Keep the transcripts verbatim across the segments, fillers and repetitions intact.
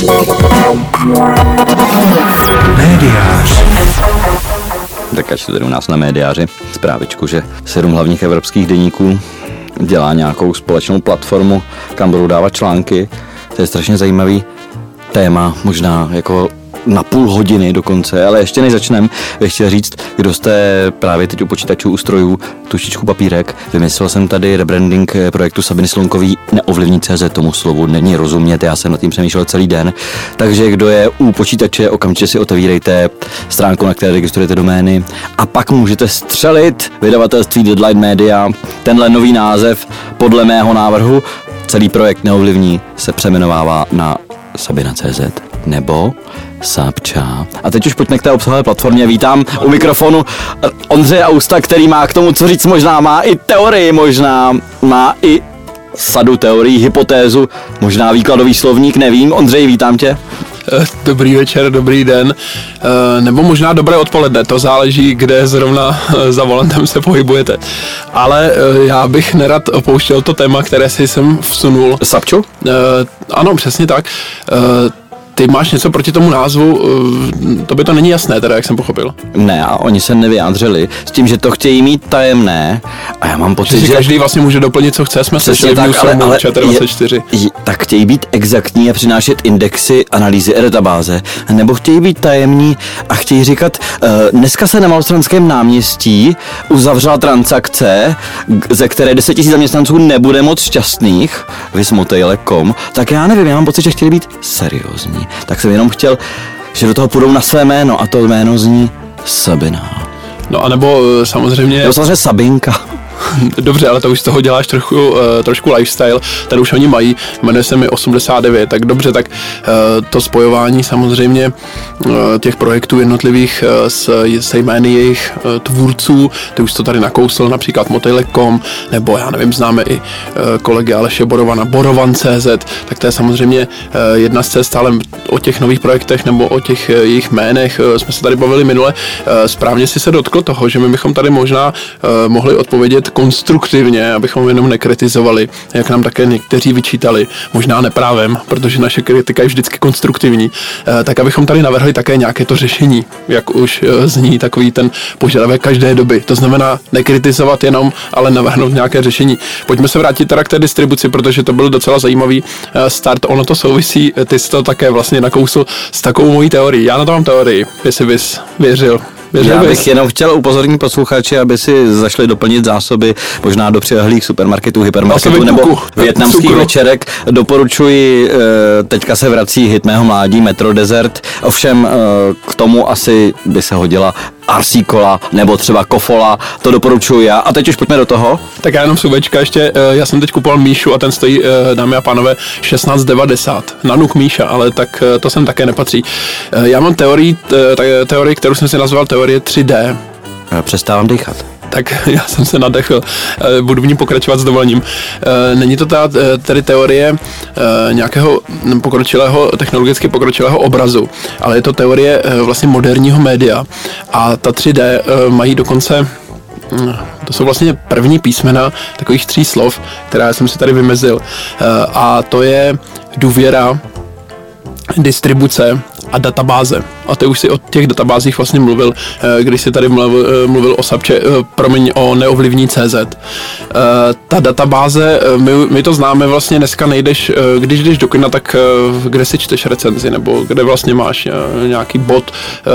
Médiář. Dekač tady u nás na Médiáři zprávičku, že sedm hlavních evropských deníků dělá nějakou společnou platformu, kam budou dávat články. To je strašně zajímavý téma, možná jako na půl hodiny dokonce, ale ještě než začneme, bych chtěl říct, kdo jste právě teď u počítačů, u strojů, tušičku papírek, vymyslel jsem tady rebranding projektu Sabiny Slonkový Neovlivní tečka cé zet, tomu slovu není rozumět, já jsem nad tím přemýšlel celý den, takže kdo je u počítače, okamžitě si otevírejte stránku, na které registrujete domény a pak můžete střelit vydavatelství Deadline Media, tenhle nový název podle mého návrhu, celý projekt Neovlivní se přejmenovává na Sabina tečka cé zet nebo Sapča. A teď už pojďme k té obsahové platformě. Vítám u mikrofonu Ondřeje Austa, který má k tomu co říct, možná má i teorii, možná má i sadu teorií, hypotézu, možná výkladový slovník, nevím. Ondřej, vítám tě. Dobrý večer, dobrý den, nebo možná dobré odpoledne, to záleží, kde zrovna za volantem se pohybujete. Ale já bych nerad opouštěl to téma, které si jsem vsunul. Sapču? Ano, přesně tak. Ty máš něco proti tomu názvu, to by to není jasné, teda, jak jsem pochopil. Ne, a oni se nevyjádřili s tím, že to chtějí mít tajemné a já mám pocit, že... že každý vlastně může doplnit, co chce, jsme slyšeli v Newsroomu Četr dvacet čtyři. Je, tak chtějí být exaktní a přinášet indexy, analýzy a databáze, nebo chtějí být tajemní a chtějí říkat, uh, dneska se na Malostranském náměstí uzavřela transakce, ze které deset tisíc zaměstnanců nebude moc šťastných, vys motejle tečka com, tak já nevím, já mám pocit, že chtěli být seriózní. Tak jsem jenom chtěl, že do toho půjdou na své jméno a to jméno zní Sabina. No a nebo samozřejmě... Nebo samozřejmě Sabinka. Dobře, ale to už z toho děláš trochu, uh, trošku lifestyle, ten už oni mají, jmenuje se mi osmdesát devět, tak dobře, tak uh, to spojování samozřejmě uh, těch projektů jednotlivých uh, s, se jmény jejich uh, tvůrců, ty už to tady nakousl, například motejle tečka com, nebo já nevím, známe i uh, kolegy Aleše Borovana, Borovan tečka cé zet, tak to je samozřejmě uh, jedna z cest, ale o těch nových projektech nebo o těch uh, jejich jménech uh, jsme se tady bavili minule, uh, správně si se dotkl toho, že my bychom tady možná uh, mohli odpovědět konstruktivně, abychom jenom nekritizovali, jak nám také někteří vyčítali, možná neprávem, protože naše kritika je vždycky konstruktivní, tak abychom tady navrhli také nějaké to řešení, jak už zní takový ten požadavek každé doby. To znamená nekritizovat jenom, ale navrhnout nějaké řešení. Pojďme se vrátit teda k té distribuci, protože to byl docela zajímavý start. Ono to souvisí, ty jsi to také vlastně nakousl s takovou mojí teorií. Já na to mám teorii, jestli bys věřil. Já bych jenom chtěl upozornit posluchači, aby si zašli doplnit zásoby možná do přilehlých supermarketů, hypermarketů nebo vietnamských večerek. Doporučuji, teďka se vrací hit mého mládí Metro Desert, ovšem k tomu asi by se hodila R C Cola nebo třeba Kofola, to doporučuji já. A teď už pojďme do toho. Tak já jenom suvečka ještě, já jsem teď kupoval Míšu a ten stojí, dámy a pánové, šestnáct devadesát. Nanuk Míša, ale tak to sem také nepatří. Já mám teorii, teorii, kterou jsem si nazval teorie tři dé. Přestávám dýchat. Tak já jsem se nadechl, budu v ní pokračovat s dovolením. Není to ta tedy teorie nějakého pokročilého, technologicky pokročilého obrazu, ale je to teorie vlastně moderního média. A ta tři dé mají dokonce, to jsou vlastně první písmena takových tří slov, která jsem si tady vymezil. A to je důvěra, distribuce a databáze. A ty už si o těch databázích vlastně mluvil, když si tady mluvil, mluvil o Sapče, promiň, o Neovlivní tečka cé zet. Ta databáze, my, my to známe, vlastně dneska nejdeš, když jdeš do kina, tak kde si čteš recenzi, nebo kde vlastně máš nějaký bod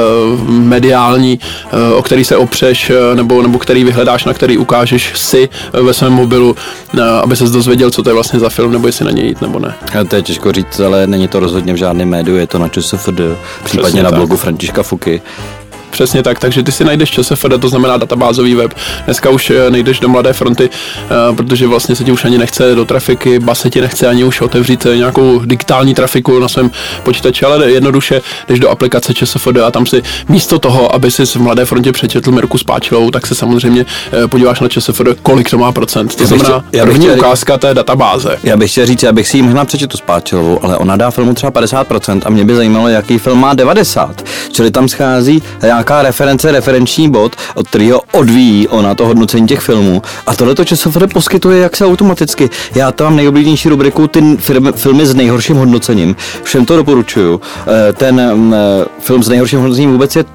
mediální, o který se opřeš, nebo, nebo který vyhledáš, na který ukážeš si ve svém mobilu, aby ses dozvěděl, co to je vlastně za film, nebo jestli na něj jít, nebo ne. To je těžko říct, ale není to rozhodně v žádném médiu, je to na ČSFD, případně na blogu Františka Fuky. Přesně tak, takže ty si najdeš ČSFD, to znamená databázový web. Dneska už nejdeš do Mladé fronty, protože vlastně se ti už ani nechce do trafiky, ba se ti nechce ani už otevřít nějakou digitální trafiku na svém počítači, ale jednoduše jdeš do aplikace ČSFD a tam si místo toho, aby si v Mladé frontě přečetl Mirku Spáčilovou, tak se samozřejmě podíváš na ČSFD, kolik to má procent. To znamená první chtěl, ukázka té databáze. Já bych chtěl říct, já bych si jí možná přečetl Spáčilovou, ale ona dá filmu třeba padesát procent a mě by zajímalo, jaký film má devadesát. Čili tam schází, já nějaká reference, referenční bod, od kterého odvíjí ona to hodnocení těch filmů. A tohleto ČSFD poskytuje jak se automaticky. Já tam mám nejoblíbenější rubriku ty firmy, filmy s nejhorším hodnocením. Všem to doporučuju. Ten film s nejhorším hodnocením vůbec je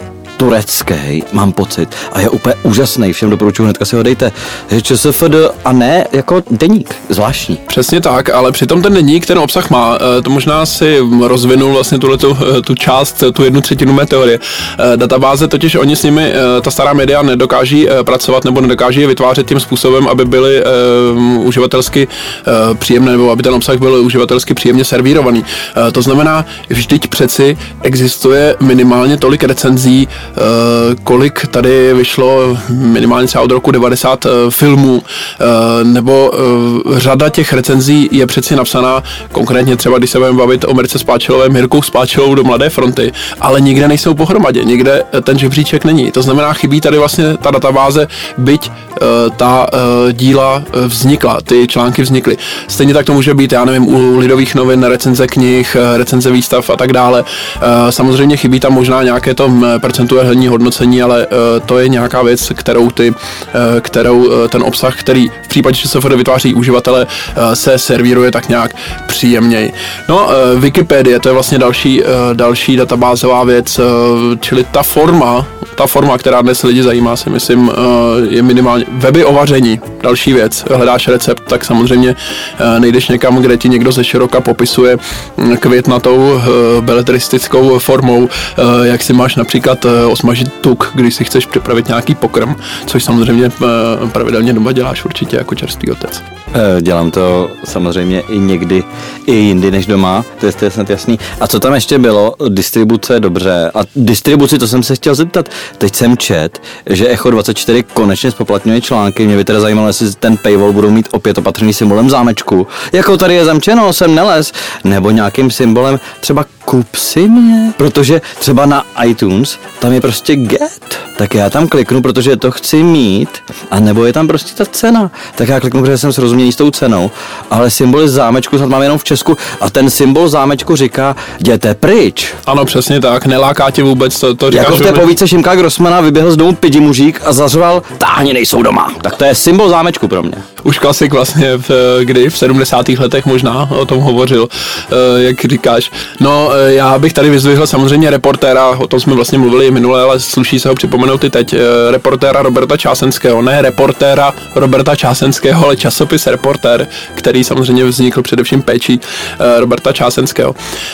turecký, mám pocit, a je úplně úžasný, všem doporučuji, hnedka si ho dejte. Je ČSFD a ne jako deník, zvláštní. Přesně tak, ale přitom ten deník ten obsah má, to možná si rozvinul vlastně tuhletu, tu část, tu jednu třetinu mé teorie. Databáze totiž oni s nimi, ta stará média nedokáží pracovat nebo nedokáží je vytvářet tím způsobem, aby byly um, uživatelsky uh, příjemné, nebo aby ten obsah byl uživatelsky příjemně servírovaný. Uh, to znamená, vždyť přeci existuje minimálně tolik recenzí, kolik tady vyšlo minimálně třeba od roku devadesát filmů, nebo řada těch recenzí je přeci napsaná, konkrétně třeba, když se budeme bavit o Mirce Spáčilové, Mirkou Spáčilovou do Mladé fronty, ale nikde nejsou pohromadě, nikde ten žebříček není. To znamená, chybí tady vlastně ta databáze, byť ta díla vznikla, ty články vznikly. Stejně tak to může být, já nevím, u Lidových novin, recenze knih, recenze výstav a tak dále. Samozřejmě chybí tam možná nějaké to percentuální hodnocení, ale to je nějaká věc, kterou ty, kterou ten obsah, který v případě, že se vytváří uživatele, se servíruje tak nějak příjemněji. No, Wikipedie, to je vlastně další, další databázová věc, čili ta forma, ta forma, která dnes lidi zajímá, si myslím, je minimálně weby o vaření. Další věc, hledáš recept, tak samozřejmě nejdeš někam, kde ti někdo ze široka popisuje květnatou beletristickou formou, jak si máš například osmažit tuk, když si chceš připravit nějaký pokrm, což samozřejmě pravidelně doma děláš určitě jako čerstvý otec. Dělám to samozřejmě i někdy, i jindy než doma, to je, to je snad jasný. A co tam ještě bylo? Distribuce, dobře. A distribuci, to jsem se chtěl zeptat. Teď jsem čet, že Echo dvacet čtyři konečně zpoplatňuje články. Mě by teda zajímalo, jestli ten paywall budou mít opět opatrný symbolem zámečku. Jako tady je zamčeno, jsem nelez. Nebo nějakým symbolem třeba kup si mě. Protože třeba na iTunes tam je prostě get. Tak já tam kliknu, protože to chci mít. A nebo je tam prostě ta cena. Tak já kliknu, protože jsem srozuměný s tou cenou. Ale symbol zámečku snad mám jenom v Česku. A ten symbol zámečku říká, jděte pryč. Ano, přesně tak. Neláká tě vůbec. To, to říkáš, jako v té povídce Šimka Grossmana vyběhl z domu pidi mužík a zařval, táhni, nejsou doma. Tak to je symbol zámečku pro mě. Už klasik vlastně, v, kdy v sedmdesátých letech možná o tom hovořil, jak říkáš. No, já bych tady vyzdvihl samozřejmě reportéra, o tom jsme vlastně mluvili minule, ale sluší se ho připomenout i teď, reportéra Roberta Čásenského, ne reportéra Roberta Čásenského, ale časopis Reportér, který samozřejmě vznikl především péčí Roberta Čásenského.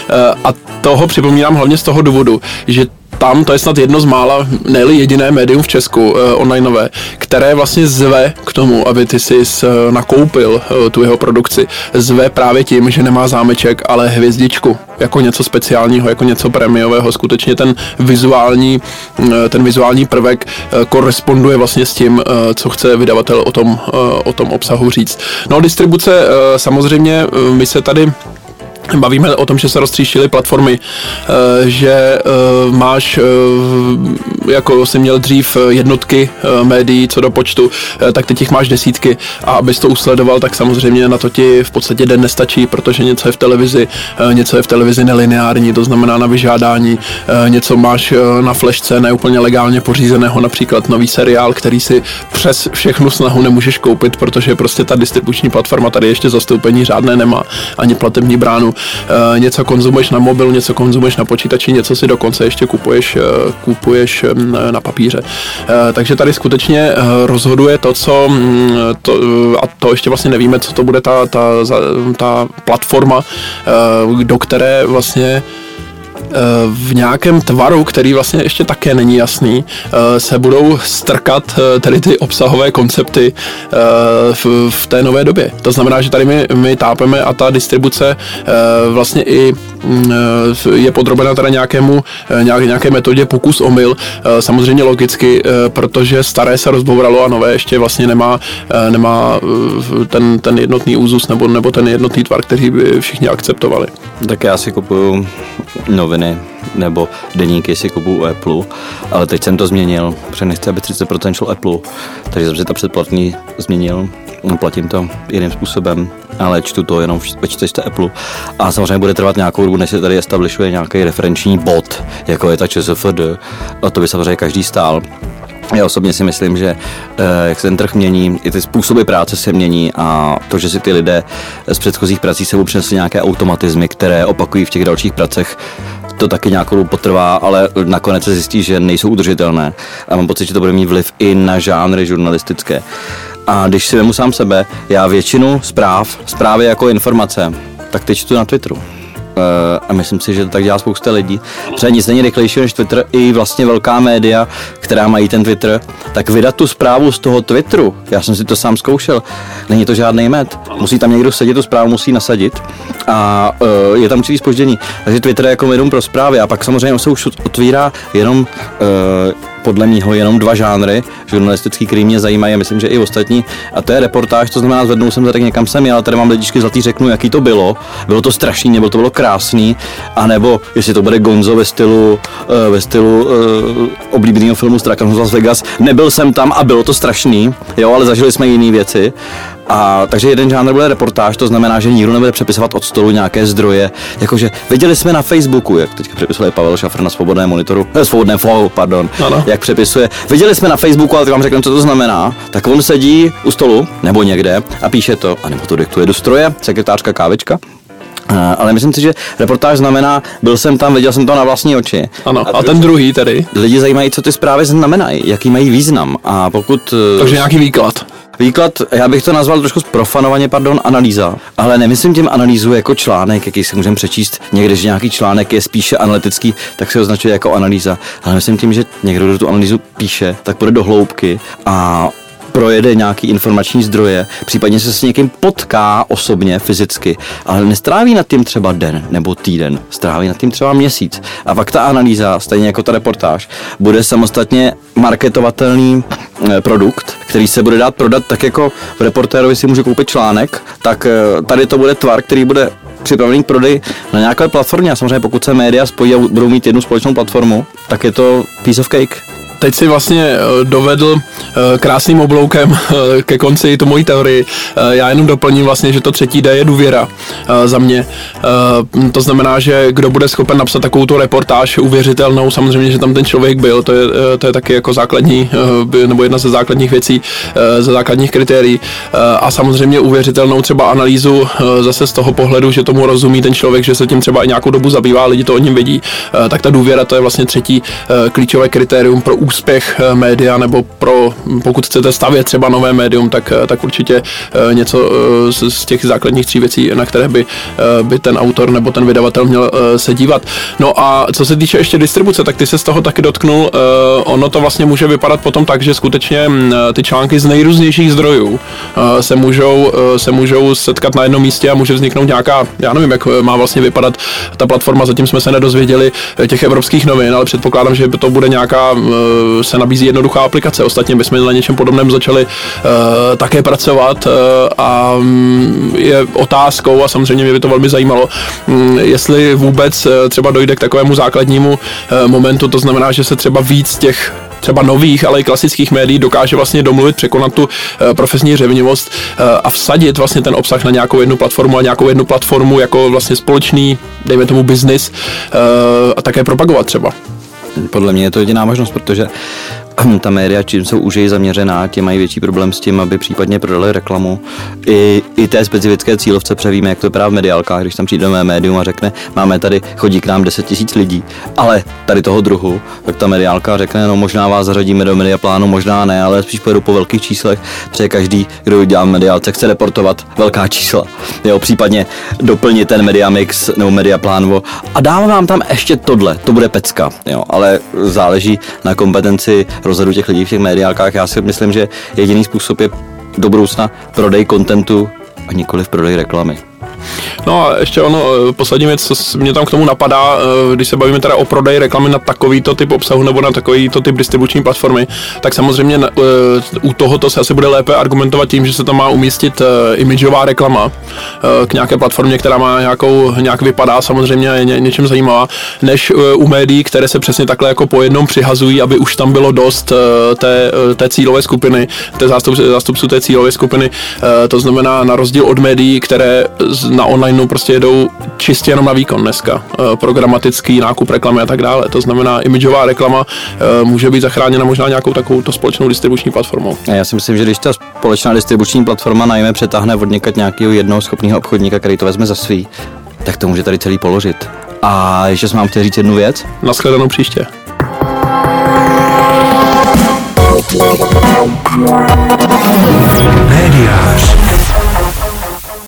A toho připomínám hlavně z toho důvodu, že tam to je snad jedno z mála, ne-li jediné médium v Česku, uh, onlineové, které vlastně zve k tomu, aby ty si uh, nakoupil uh, tu jeho produkci. Zve právě tím, že nemá zámeček, ale hvězdičku. Jako něco speciálního, jako něco prémiového. Skutečně ten vizuální, uh, ten vizuální prvek uh, koresponduje vlastně s tím, uh, co chce vydavatel o tom, uh, o tom obsahu říct. No, distribuce, uh, samozřejmě uh, my se tady bavíme o tom, že se roztříštily platformy, že máš, jako jsi měl dřív jednotky médií co do počtu, tak teď jich máš desítky a abys to usledoval, tak samozřejmě na to ti v podstatě den nestačí, protože něco je v televizi, něco je v televizi nelineární, to znamená na vyžádání, něco máš na flešce neúplně legálně pořízeného, například nový seriál, který si přes všechnu snahu nemůžeš koupit, protože prostě ta distribuční platforma tady ještě zastoupení řádné nemá, ani platební bránu. Uh, něco konzumuješ na mobil, něco konzumuješ na počítači, něco si dokonce ještě kupuješ, uh, kupuješ um, na papíře. Uh, takže tady skutečně uh, rozhoduje to, co um, to, uh, a to ještě vlastně nevíme, co to bude ta, ta, ta platforma, uh, do které vlastně v nějakém tvaru, který vlastně ještě také není jasný, se budou strkat tady ty obsahové koncepty v, v té nové době. To znamená, že tady my, my tápeme a ta distribuce vlastně i je podrobena teda nějakému, nějaké metodě pokus omyl, samozřejmě logicky, protože staré se rozbouralo a nové ještě vlastně nemá, nemá ten, ten jednotný úzus nebo, nebo ten jednotný tvar, který by všichni akceptovali. Tak já si kupuju noviny nebo deníky si kupuju u Apple, ale teď jsem to změnil, protože nechci, aby třicet procent šlo Apple, takže jsem si to předplatný změnil, platím to jiným způsobem, ale čtu to jenom ve čtečce Apple a samozřejmě bude trvat nějakou dobu, než se tady establishuje nějaký referenční bod, jako je ta ČSFD, a to by samozřejmě každý stál. Já osobně si myslím, že jak se ten trh mění, i ty způsoby práce se mění a to, že si ty lidé z předchozích prací sebou přinesli nějaké automatizmy, které opakují v těch dalších pracech, to taky nějakou dobu potrvá, ale nakonec se zjistí, že nejsou udržitelné. A mám pocit, že to bude mít vliv i na žánry žurnalistické. A když si vemu sám sebe, já většinu zpráv, zprávy jako informace, tak ty čtu na Twitteru. A myslím si, že to tak dělá spousta lidí. Třeba nic není rychlejší než Twitter, i vlastně velká média, která mají ten Twitter, tak vydat tu zprávu z toho Twitteru, já jsem si to sám zkoušel, není to žádný med, musí tam někdo sedět, tu zprávu musí nasadit a uh, je tam určitý zpoždění. Takže Twitter je jako médium pro zprávy a pak samozřejmě se už otvírá jenom uh, podle mýho jenom dva žánry žurnalistický, který mě zajímají a myslím, že i ostatní. A to je reportáž, to znamená, zvednou jsem se tak někam sem, ale tady mám lidičky zlatý, řeknu, jaký to bylo. Bylo to strašný, nebo to bylo krásný, anebo jestli to bude Gonzo ve stylu, uh, ve stylu uh, oblíbeného filmu Strakan z Las Vegas. Nebyl jsem tam a bylo to strašný, jo, ale zažili jsme jiné věci. A takže jeden žánr bude reportáž, to znamená, že nikdo nebude přepisovat od stolu nějaké zdroje, jakože viděli jsme na Facebooku, jak teďka přepisuje Pavel Šafr na Svobodném monitoru, ne, Svobodném flow, pardon, ano. Jak přepisuje, viděli jsme na Facebooku, ale teď vám řeknu, co to znamená, tak on sedí u stolu nebo někde a píše to, anebo to diktuje do stroje, sekretářka kávička. Uh, ale myslím si, že reportáž znamená, byl jsem tam, viděl jsem to na vlastní oči. Ano, a, a ten druhý tedy? Lidi zajímají, co ty zprávy znamenají, jaký mají význam a pokud... Takže nějaký výklad. Výklad, já bych to nazval trošku zprofanovaně, pardon, analýza, ale nemyslím tím analýzu jako článek, jaký si můžeme přečíst někde, že nějaký článek je spíše analytický, tak se označuje jako analýza, ale myslím tím, že někdo, kdo tu analýzu píše, tak půjde do hloubky a projede nějaký informační zdroje, případně se s někým potká osobně, fyzicky, ale nestráví nad tím třeba den nebo týden, stráví nad tím třeba měsíc. A pak ta analýza, stejně jako ta reportáž, bude samostatně marketovatelný produkt, který se bude dát prodat tak jako v Reportérovi si může koupit článek, tak tady to bude tvar, který bude připravený k prodeji na nějaké platformě a samozřejmě pokud se média spojí a budou mít jednu společnou platformu, tak je to piece of cake. Teď si vlastně dovedl krásným obloukem ke konci tu moji teorii. Já jenom doplním vlastně, že to třetí D je důvěra za mě. To znamená, že kdo bude schopen napsat takovou tu reportáž uvěřitelnou, samozřejmě, že tam ten člověk byl, to je, to je taky jako základní, nebo jedna ze základních věcí, ze základních kritérií. A samozřejmě uvěřitelnou třeba analýzu zase z toho pohledu, že tomu rozumí ten člověk, že se tím třeba i nějakou dobu zabývá, lidi to o něm vědí. Tak ta důvěra, to je vlastně třetí klíčové kritérium pro úspěch média, nebo pro, pokud chcete stavět třeba nové médium, tak, tak určitě něco z, z těch základních tří věcí, na které by, by ten autor nebo ten vydavatel měl se dívat. No a co se týče ještě distribuce, tak ty se z toho taky dotknul. Ono to vlastně může vypadat potom tak, že skutečně ty články z nejrůznějších zdrojů se můžou, se můžou setkat na jednom místě a může vzniknout nějaká, já nevím, jak má vlastně vypadat ta platforma, zatím jsme se nedozvěděli těch evropských novin, ale předpokládám, že to bude nějaká, se nabízí jednoduchá aplikace. Ostatně bychom na něčem podobném začali uh, také pracovat uh, a um, je otázkou, a samozřejmě mě by to velmi zajímalo, um, jestli vůbec uh, třeba dojde k takovému základnímu uh, momentu, to znamená, že se třeba víc těch třeba nových, ale i klasických médií dokáže vlastně domluvit, překonat tu uh, profesní řevnivost uh, a vsadit vlastně ten obsah na nějakou jednu platformu a nějakou jednu platformu jako vlastně společný, dejme tomu business uh, a také propagovat třeba. Podle mě je to jediná možnost, protože ta média, čím jsou užej zaměřená, tím mají větší problém s tím, aby případně prodali reklamu. I, i té specifické cílovce převíme, jak to vypadá v mediálkách, když tam přijde mé médium a řekne, máme tady, chodí k nám deset tisíc lidí, ale tady toho druhu, tak ta mediálka řekne, no možná vás zařadíme do mediaplánu, možná ne, ale spíš pojedu po velkých číslech, protože každý, kdo dělá mediálce, chce reportovat velká čísla. Jo, případně doplnit ten mediamix nebo mediaplán a dávám vám tam ještě tohle, to bude pecka, jo, ale záleží na kompetenci rozhledu těch lidí v těch mediálkách. Já si myslím, že jediný způsob je do budoucna prodej kontentu a nikoli v prodej reklamy. No a ještě ono, poslední věc, co mě tam k tomu napadá, když se bavíme teda o prodeji reklamy na takovýto typ obsahu nebo na takovýto typ distribuční platformy, tak samozřejmě u tohoto se asi bude lépe argumentovat tím, že se tam má umístit imidžová reklama k nějaké platformě, která má nějakou, nějak vypadá samozřejmě a je ně, něčem zajímavá, než u médií, které se přesně takhle jako po jednom přihazují, aby už tam bylo dost té, té cílové skupiny, té zástup, zástupců té cílové skupiny, to znamená na rozdíl od médií, které na online najednou prostě jedou čistě jenom na výkon dneska. Programatický nákup reklamy a tak dále. To znamená, imidžová reklama může být zachráněna možná nějakou takovou společnou distribuční platformou. A já si myslím, že když ta společná distribuční platforma najme přetáhne od někud nějakého jednoho schopného obchodníka, který to vezme za svý, tak to může tady celý položit. A ještě jsem vám chtěl říct jednu věc. Naschledanou příště. Médiář.